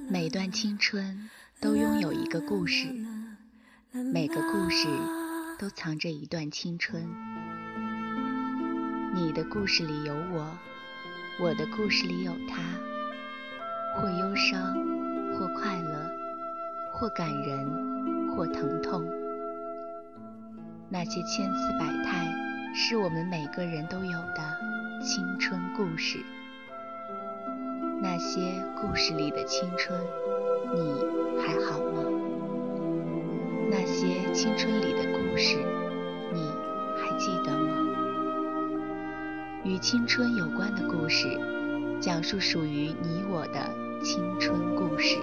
每段青春都拥有一个故事，每个故事都藏着一段青春。你的故事里有我，我的故事里有他，或忧伤，或快乐，或感人，或疼痛。那些千姿百态，是我们每个人都有的青春故事。那些故事里的青春，你还好吗？那些青春里的故事，你还记得吗？与青春有关的故事，讲述属于你我的青春故事。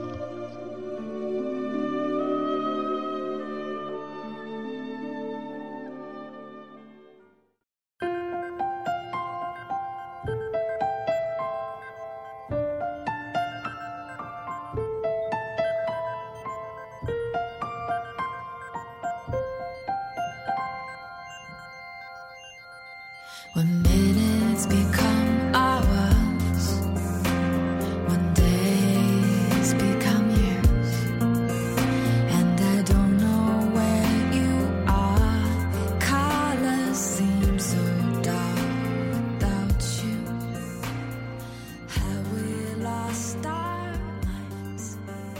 When minutes become hours, when days become years, and I don't know where you are, colors seem so dark without you. Have we lost our minds?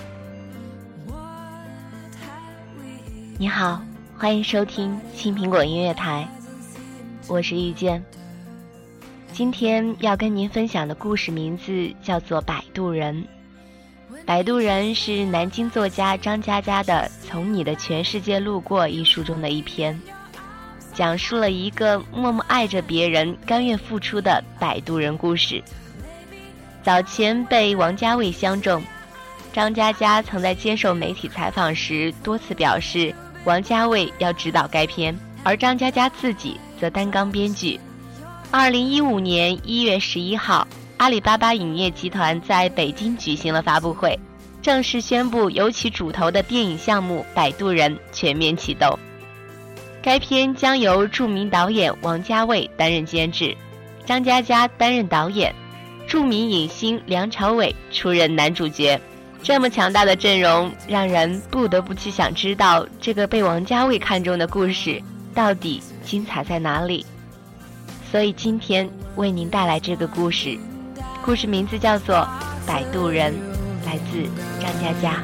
What have we? 你好，欢迎收听青苹果音乐台，我是遇见。今天要跟您分享的故事名字叫做《摆渡人》。《摆渡人》是南京作家张嘉佳的《从你的全世界路过》一书中的一篇，讲述了一个默默爱着别人、甘愿付出的摆渡人故事。早前被王家卫相中，张嘉佳曾在接受媒体采访时多次表示王家卫要指导该片，而张嘉佳自己则担纲编剧。2015年1月11号，阿里巴巴影业集团在北京举行了发布会，正式宣布由其主投的电影项目《摆渡人》全面启动。该片将由著名导演王家卫担任监制，张嘉佳担任导演，著名影星梁朝伟出任男主角。这么强大的阵容，让人不得不去想知道这个被王家卫看中的故事到底精彩在哪里。所以今天为您带来这个故事，故事名字叫做《摆渡人》，来自张嘉佳。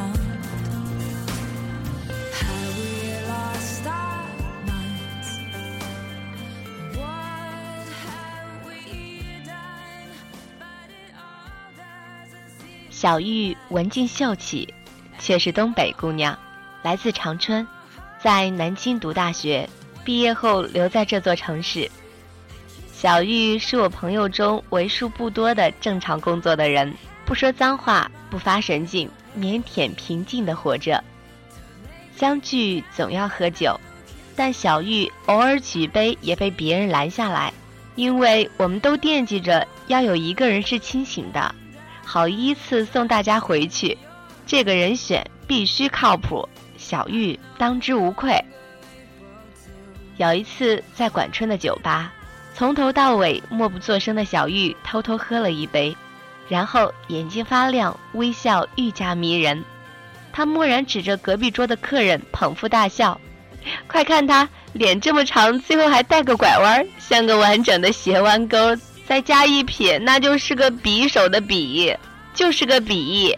小玉文静秀气，却是东北姑娘，来自长春，在南京读大学，毕业后留在这座城市。小玉是我朋友中为数不多的正常工作的人，不说脏话，不发神经，腼腆平静地活着。相聚总要喝酒，但小玉偶尔举杯也被别人拦下来，因为我们都惦记着要有一个人是清醒的，好依次送大家回去。这个人选必须靠谱，小玉当之无愧。有一次在管春的酒吧，从头到尾默不作声的小玉偷偷喝了一杯，然后眼睛发亮，微笑愈加迷人。她蓦然指着隔壁桌的客人捧腹大笑，快看他脸这么长，最后还带个拐弯，像个完整的斜弯钩，再加一撇，那就是个匕首的匕，就是个匕。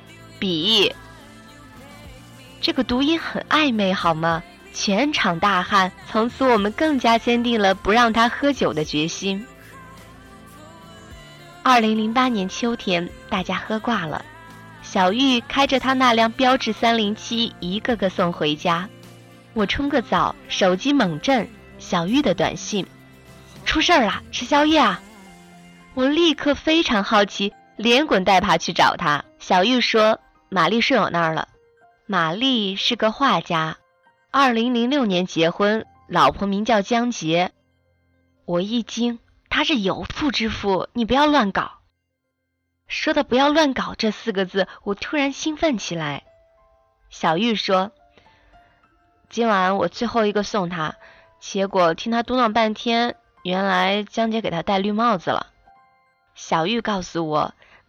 这个读音很暧昧好吗？全场大汗，从此我们更加坚定了不让他喝酒的决心。2008年秋天，大家喝挂了，小玉开着他那辆标致307一个个送回家。我冲个澡，手机猛震，小玉的短信：出事儿了，吃宵夜啊！我立刻非常好奇，连滚带爬去找他。小玉说玛丽睡我那儿了。玛丽是个画家，2006年结婚，老婆名叫江洁。我一惊，他是有妇之夫，你不要乱搞。说的不要乱搞这4个字，我突然兴奋起来。小玉说，今晚我最后一个送他，结果听他嘟囔半天，原来江姐给他戴绿帽子了。小玉告诉我，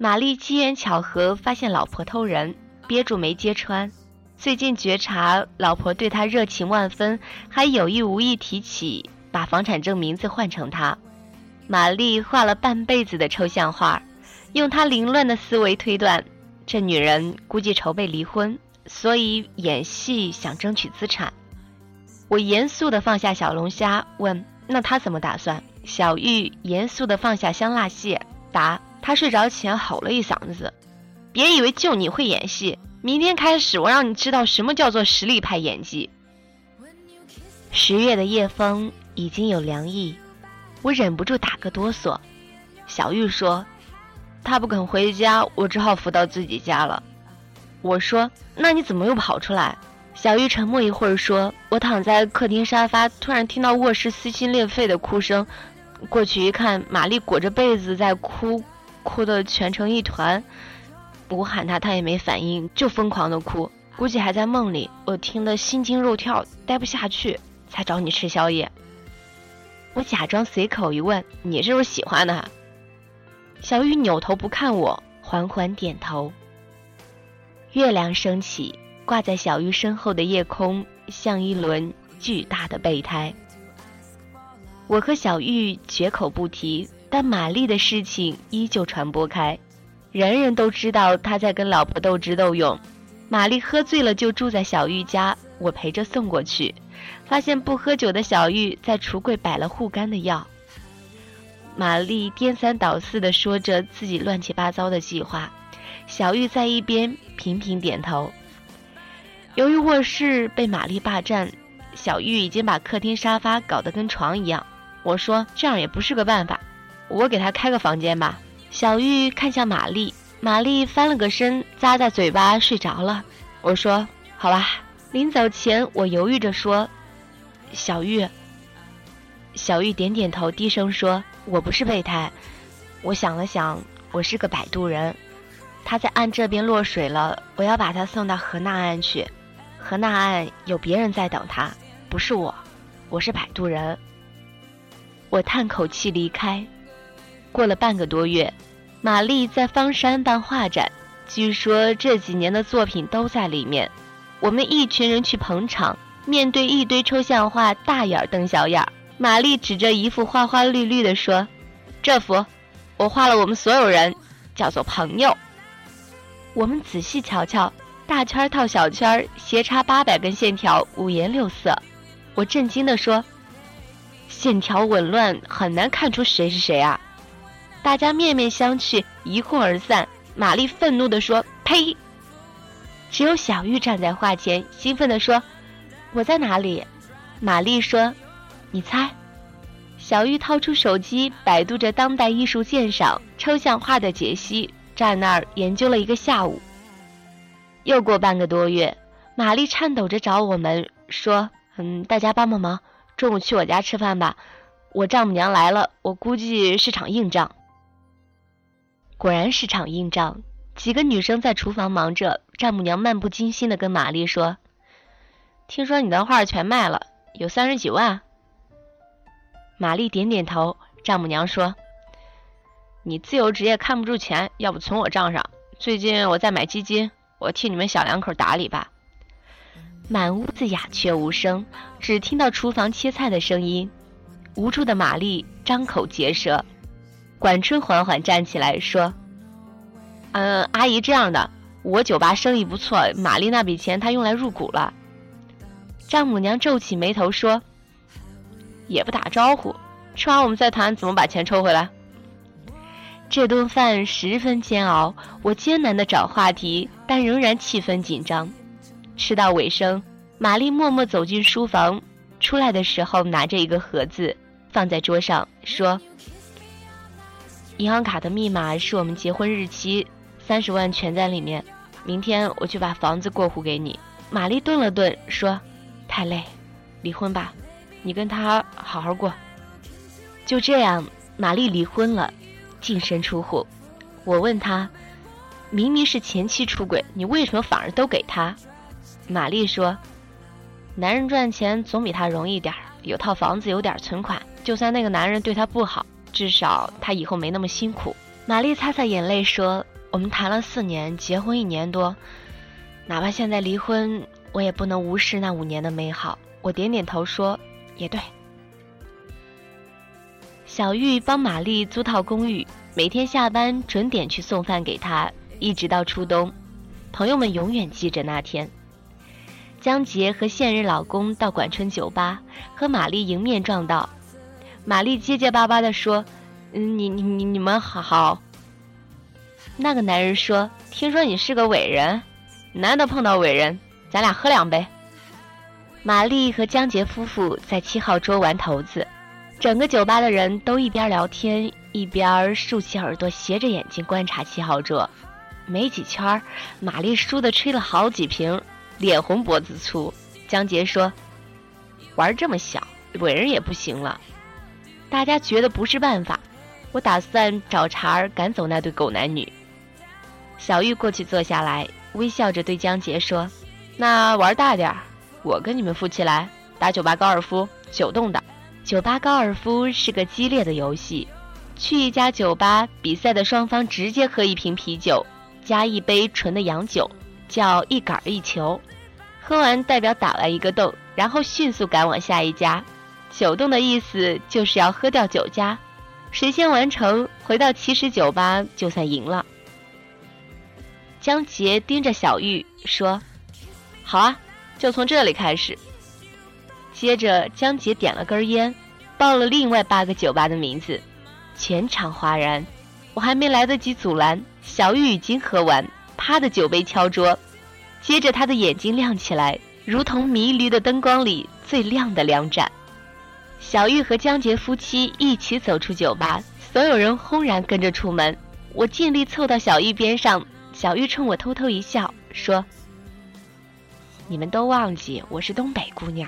玛丽机缘巧合发现老婆偷人，憋住没揭穿。最近觉察老婆对他热情万分，还有意无意提起把房产证名字换成他。玛丽画了半辈子的抽象画，用她凌乱的思维推断，这女人估计筹备离婚，所以演戏想争取资产。我严肃地放下小龙虾，问那她怎么打算？小玉严肃地放下香辣蟹，答她睡着前吼了一嗓子，别以为就你会演戏，明天开始我让你知道什么叫做实力派演技。10月的夜风已经有凉意，我忍不住打个哆嗦。小玉说她不肯回家，我只好扶到自己家了。我说那你怎么又跑出来？小玉沉默一会儿说，我躺在客厅沙发，突然听到卧室撕心裂肺的哭声，过去一看，玛丽裹着被子在哭，哭得蜷成一团。我喊她，她也没反应，就疯狂的哭，估计还在梦里。我听得心惊肉跳，待不下去，才找你吃宵夜。我假装随口一问，你是不是喜欢他？小玉扭头不看我，缓缓点头。月亮升起，挂在小玉身后的夜空像一轮巨大的备胎。我和小玉绝口不提，但玛丽的事情依旧传播开，人人都知道她在跟老婆斗智斗勇。玛丽喝醉了就住在小玉家，我陪着送过去，发现不喝酒的小玉在橱柜摆了护肝的药。玛丽颠三倒四地说着自己乱七八糟的计划，小玉在一边频频点头。由于卧室被玛丽霸占，小玉已经把客厅沙发搞得跟床一样。我说这样也不是个办法，我给她开个房间吧。小玉看向玛丽，玛丽翻了个身，咂咂嘴巴睡着了。我说好吧。临走前我犹豫着说，小玉。小玉点点头，低声说，我不是备胎。我想了想，我是个摆渡人，他在岸这边落水了，我要把他送到河那岸去。河那岸有别人在等他，不是我，我是摆渡人。我叹口气离开。过了半个多月，玛丽在方山办画展，据说这几年的作品都在里面。我们一群人去捧场，面对一堆抽象画，大眼瞪小眼。玛丽指着一幅花花绿绿的说，这幅我画了我们所有人，叫做朋友。我们仔细瞧瞧，大圈套小圈，斜插800根线条，五颜六色。我震惊地说，线条紊乱，很难看出谁是谁啊。大家面面相觑，一哄而散。玛丽愤怒地说，呸！只有小玉站在画前，兴奋地说，我在哪里？玛丽说，你猜。小玉掏出手机，百度着当代艺术鉴赏、抽象画的解析，站那儿研究了一个下午。又过半个多月，玛丽颤抖着找我们说，大家帮帮忙，中午去我家吃饭吧，我丈母娘来了，我估计是场硬仗。果然是场硬仗，几个女生在厨房忙着，丈母娘漫不经心地跟玛丽说，听说你的画全卖了，有30几万。玛丽点点头，丈母娘说，你自由职业看不住钱，要不存我账上，最近我在买基金，我替你们小两口打理吧。满屋子鸦雀无声，只听到厨房切菜的声音。无助的玛丽张口结舌。管春缓缓站起来说，阿姨这样的，我酒吧生意不错，玛丽那笔钱她用来入股了。丈母娘皱起眉头说，也不打招呼，吃完我们再谈怎么把钱抽回来。这顿饭十分煎熬，我艰难地找话题，但仍然气氛紧张。吃到尾声，玛丽默默走进书房，出来的时候拿着一个盒子放在桌上，说，银行卡的密码是我们结婚日期，30万全在里面，明天我去把房子过户给你。玛丽顿了顿说，太累，离婚吧，你跟他好好过。就这样，玛丽离婚了，净身出户。我问她，明明是前妻出轨，你为什么反而都给他？玛丽说，男人赚钱总比他容易点，有套房子，有点存款，就算那个男人对他不好，至少他以后没那么辛苦。 玛丽擦擦眼泪说，我们谈了4年，结婚1年多，哪怕现在离婚，我也不能无视那5年的美好。我点点头说，也对。小玉帮玛丽租套公寓，每天下班准点去送饭给她，一直到初冬。朋友们永远记着那天。江杰和现任老公到管春酒吧，和玛丽迎面撞到。玛丽结结巴巴地说，你们好。那个男人说，听说你是个伟人，难得碰到伟人，咱俩喝2杯。玛丽和江杰夫妇在7号桌玩骰子，整个酒吧的人都一边聊天一边竖起耳朵斜着眼睛观察7号桌。没几圈，玛丽输得吹了好几瓶，脸红脖子粗。江杰说，玩这么小，伟人也不行了。大家觉得不是办法，我打算找茬赶走那对狗男女。小玉过去坐下来，微笑着对江杰说，那玩大点，我跟你们夫妻来打酒吧高尔夫，9洞的。酒吧高尔夫是个激烈的游戏，去一家酒吧，比赛的双方直接喝1瓶啤酒加1杯纯的洋酒，叫1杆1球。喝完代表打完1个洞，然后迅速赶往下一家。9洞的意思就是要喝掉9家，谁先完成回到起始酒吧就算赢了。江杰盯着小玉说，好啊，就从这里开始。接着江杰点了根烟，报了另外8个酒吧的名字，全场哗然。我还没来得及阻拦，小玉已经喝完，啪的酒杯敲桌。接着他的眼睛亮起来，如同迷离的灯光里最亮的2盏。小玉和江杰夫妻一起走出酒吧，所有人轰然跟着出门。我尽力凑到小玉边上，小玉冲我偷偷一笑，说，你们都忘记我是东北姑娘。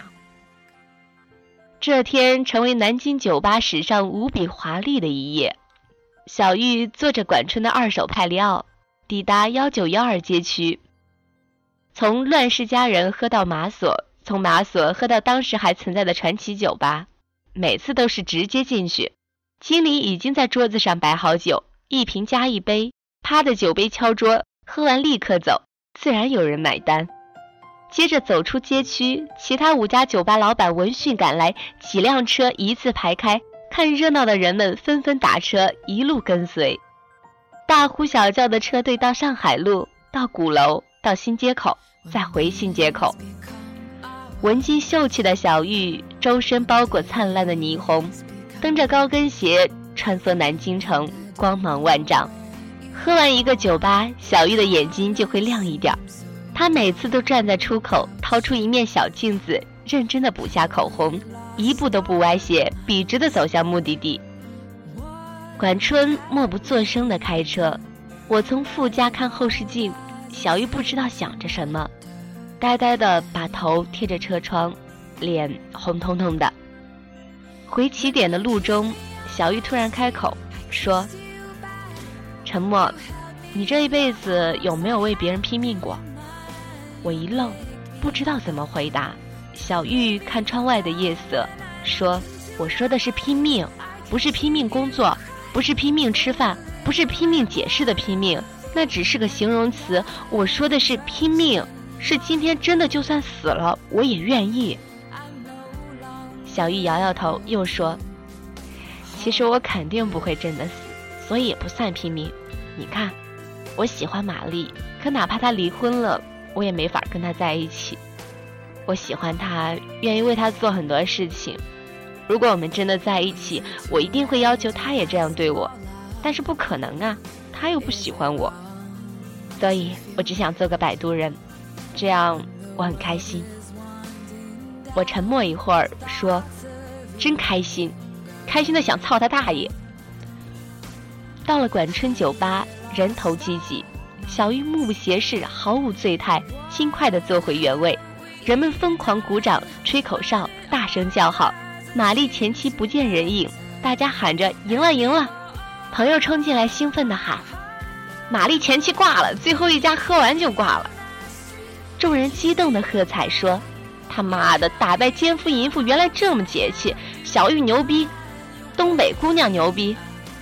这天成为南京酒吧史上无比华丽的一夜。小玉坐着管春的2手派利奥，抵达1912街区，从乱世佳人喝到马索，从马索喝到当时还存在的传奇酒吧，每次都是直接进去。经理已经在桌子上摆好酒，1瓶加1杯，啪的酒杯敲桌，喝完立刻走，自然有人买单。接着走出街区，其他5家酒吧老板闻讯赶来，几辆车一字排开，看热闹的人们纷纷打车，一路跟随。大呼小叫的车队到上海路，到鼓楼，到新街口，再回新街口。文姬秀气的小玉周身包裹灿烂的霓虹，蹬着高跟鞋穿梭南京城，光芒万丈。喝完1个酒吧，小玉的眼睛就会亮一点。她每次都站在出口，掏出一面小镜子，认真地补下口红，一步都不歪斜，笔直地走向目的地。管春默不作声地开车，我从副驾看后视镜，小玉不知道想着什么，呆呆地把头贴着车窗，脸红彤彤的。回起点的路中，小玉突然开口说，陈默，你这一辈子有没有为别人拼命过？我一愣，不知道怎么回答。小玉看窗外的夜色，说，我说的是拼命，不是拼命工作，不是拼命吃饭，不是拼命解释的拼命，那只是个形容词。我说的是拼命，是今天真的就算死了我也愿意。小玉摇摇头，又说，其实我肯定不会真的死，所以也不算拼命。你看，我喜欢玛丽，可哪怕她离婚了，我也没法跟她在一起。我喜欢她，愿意为她做很多事情。如果我们真的在一起，我一定会要求她也这样对我，但是不可能啊，她又不喜欢我。所以我只想做个摆渡人，这样我很开心。我沉默一会儿，说，真开心，开心的想操他大爷。到了管春酒吧，人头济济，小玉目不斜视，毫无醉态，轻快地坐回原位。人们疯狂鼓掌，吹口哨，大声叫好。玛丽前妻不见人影，大家喊着赢了赢了。朋友冲进来兴奋地喊，玛丽前妻挂了，最后一家喝完就挂了。众人激动地喝彩说，他妈的，打败奸夫淫妇原来这么解气，小玉牛逼，东北姑娘牛逼。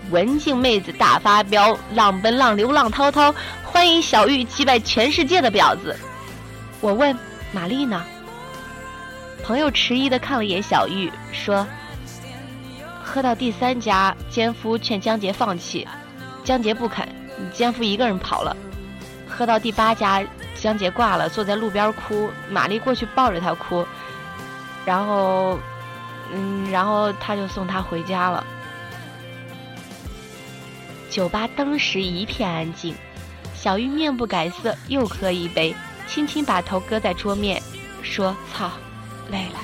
文静妹子大发飙，浪奔浪流浪滔滔，欢迎小玉击败全世界的婊子。我问玛丽呢？朋友迟疑地看了眼小玉，说喝到第3家，奸夫劝江杰放弃，江杰不肯，奸夫一个人跑了。喝到第8家，江杰挂了，坐在路边哭，玛丽过去抱着他哭，然后他就送他回家了。酒吧当时一片安静，小玉面不改色，又喝一杯，轻轻把头搁在桌面，说：“操，累了。”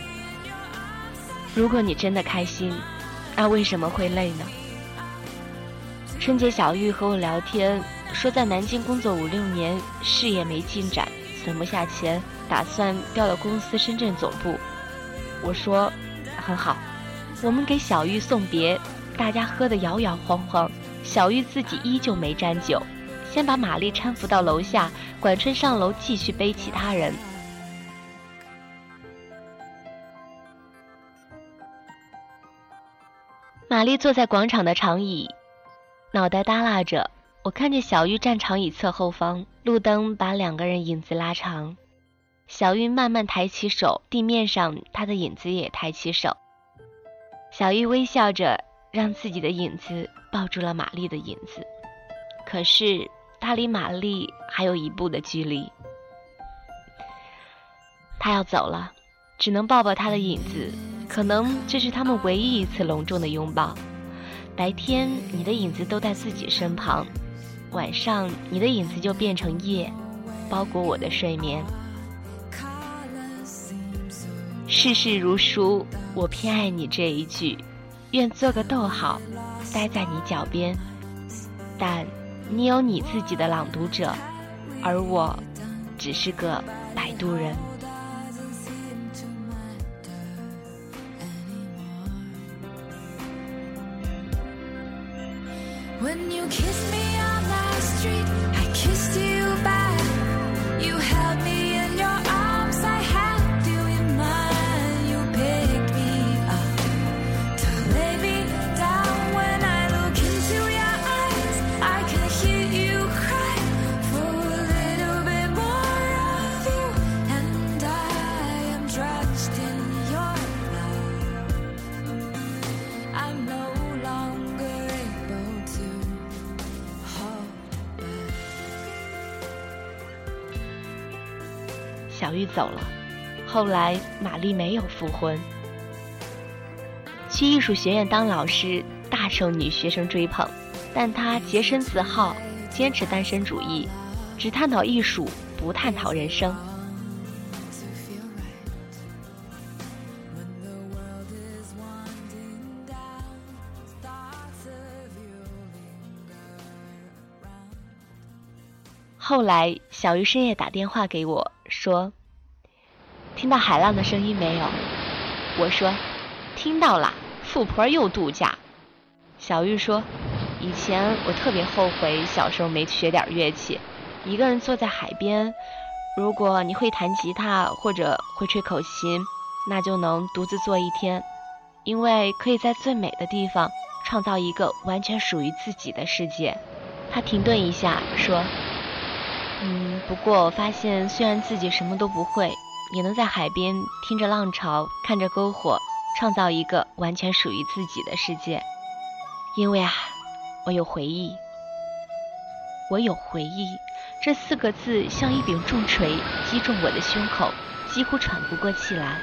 如果你真的开心，那为什么会累呢？春节小玉和我聊天，说在南京工作5、6年，事业没进展，存不下钱，打算调到公司深圳总部。我说很好，我们给小玉送别，大家喝得摇摇晃晃，小玉自己依旧没沾酒，先把玛丽搀扶到楼下，管春上楼继续背其他人。玛丽坐在广场的长椅，脑袋耷拉着，我看见小玉站长椅侧后方，路灯把2个人影子拉长。小玉慢慢抬起手，地面上她的影子也抬起手。小玉微笑着，让自己的影子抱住了玛丽的影子，可是她离玛丽还有1步的距离。她要走了，只能抱抱她的影子，可能这是他们唯一一次隆重的拥抱。白天你的影子都在自己身旁，晚上你的影子就变成夜，包裹我的睡眠。世事如书，我偏爱你这一句，愿做个逗号，待在你脚边，但你有你自己的朗读者，而我只是个摆渡人。 When you kissed me on the street, I kissed you back. You held me in your arms, I held you in mine. You picked me up to lay me down. When I look into your eyes, I can hear you cry for a little bit more of you. And I am drenched in your love. I'm no longer able to hold back. 小玉走了，后来玛丽没有复婚，去艺术学院当老师，大受女学生追捧，但她洁身自好，坚持单身主义，只探讨艺术，不探讨人生。后来小玉深夜打电话给我说，听到海浪的声音没有？我说听到了，富婆又度假。小玉说，以前我特别后悔小时候没学点乐器，一个人坐在海边，如果你会弹吉他或者会吹口琴，那就能独自坐一天，因为可以在最美的地方创造一个完全属于自己的世界。他停顿一下说，不过我发现虽然自己什么都不会，也能在海边听着浪潮，看着篝火，创造一个完全属于自己的世界。因为我有回忆。我有回忆，这4个字像一柄重锤击中我的胸口，几乎喘不过气来。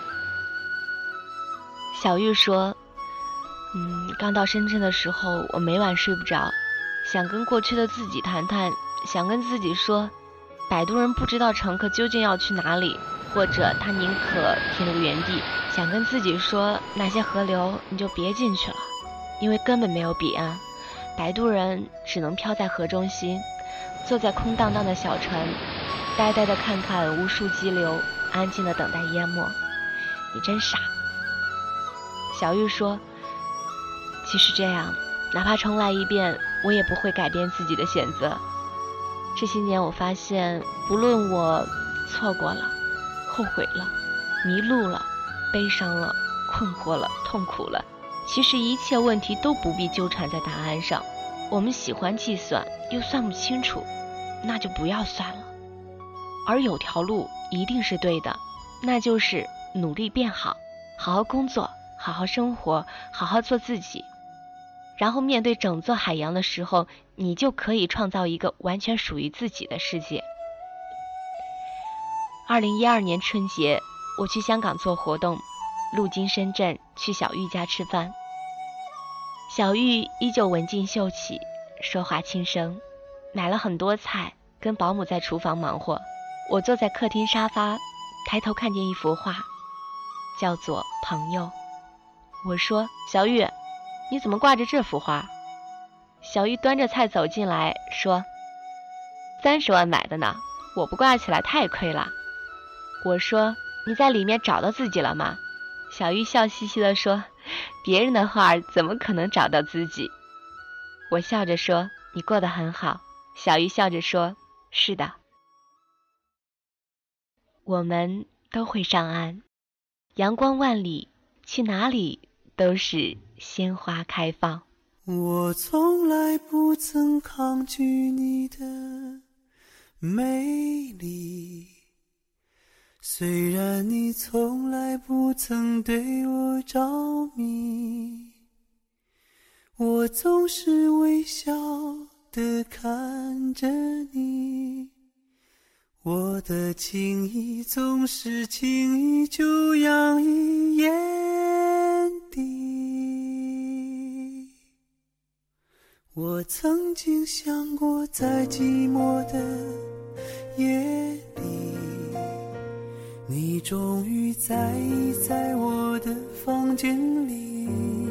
小玉说，刚到深圳的时候，我每晚睡不着，想跟过去的自己谈谈，想跟自己说，摆渡人不知道乘客究竟要去哪里，或者他宁可停留原地，想跟自己说，那些河流你就别进去了，因为根本没有彼岸，摆渡人只能飘在河中心，坐在空荡荡的小船，呆呆地看看无数激流，安静地等待淹没。你真傻。小玉说，其实这样，哪怕重来一遍，我也不会改变自己的选择。这些年我发现，不论我错过了，后悔了，迷路了，悲伤了，困惑了，痛苦了， 其实一切问题都不必纠缠在答案上，我们喜欢计算又算不清楚，那就不要算了。而有条路一定是对的，那就是努力变好，好好工作，好好生活，好好做自己。然后面对整座海洋的时候，你就可以创造一个完全属于自己的世界。2012年春节，我去香港做活动，路经深圳，去小玉家吃饭。小玉依旧文静秀气，说话轻声，买了很多菜，跟保姆在厨房忙活。我坐在客厅沙发，抬头看见一幅画，叫做《朋友》。我说：小玉，你怎么挂着这幅画？小玉端着菜走进来，说：30万买的呢，我不挂起来太亏了。我说：你在里面找到自己了吗？小玉笑嘻嘻地说：别人的画怎么可能找到自己？我笑着说：你过得很好。小玉笑着说：是的。我们都会上岸，阳光万里，去哪里都是鲜花开放。 我从来不曾抗拒你的美丽，虽然你从来不曾对我着迷，我总是微笑地看着你，我的情意总是轻易就洋溢眼底。我曾经想过，在寂寞的夜里，你终于在我的房间里，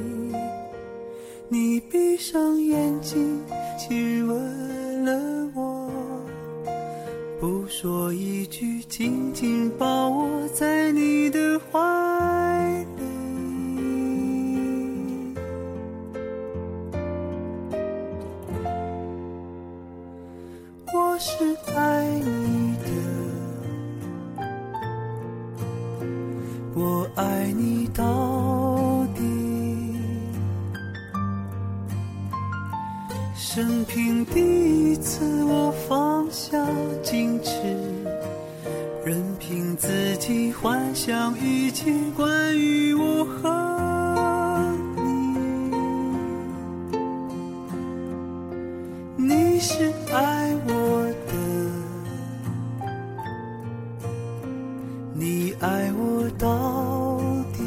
你闭上眼睛亲吻了我，不说一句，紧紧抱我在你的怀里。我是爱你的，我爱你到底，生平第一次我放下矜持，任凭自己幻想一切关于我和你。你是爱我的，你爱我到底，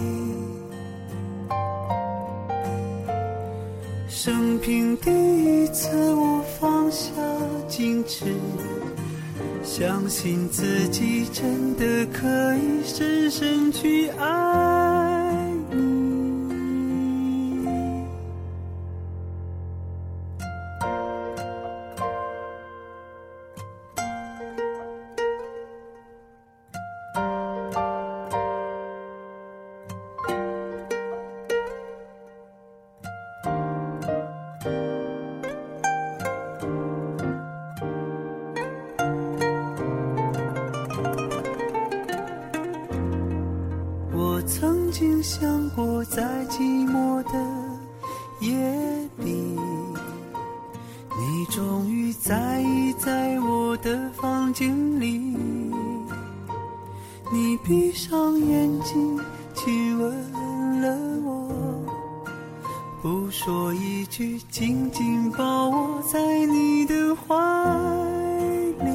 生平第一次我放下矜持，相信自己真的可以深深去爱你。曾经想过，在寂寞的夜里，你终于在我的房间里，你闭上眼睛亲吻了我，不说一句，紧紧抱我在你的怀里。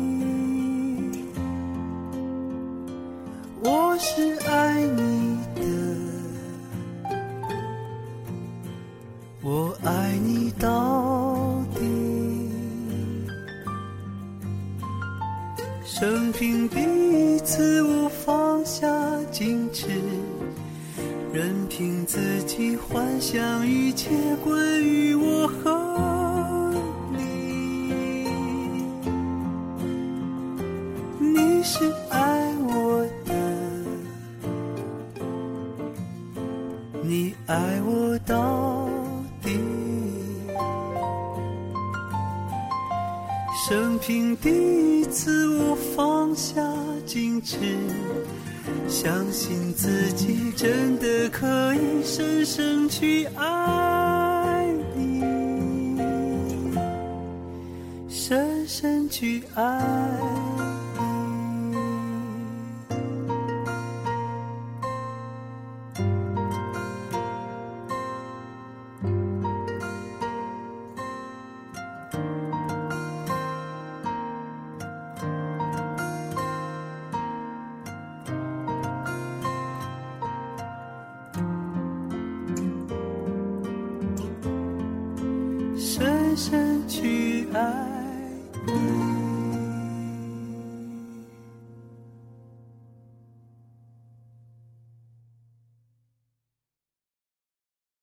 我是爱你的，我爱你到底，生平第一次我放下矜持，任凭自己幻想一切关于我和你。你是爱我的，你爱我到底，生平第一次我放下矜持， 相信自己真的可以深深去爱你，深深去爱深深去爱你。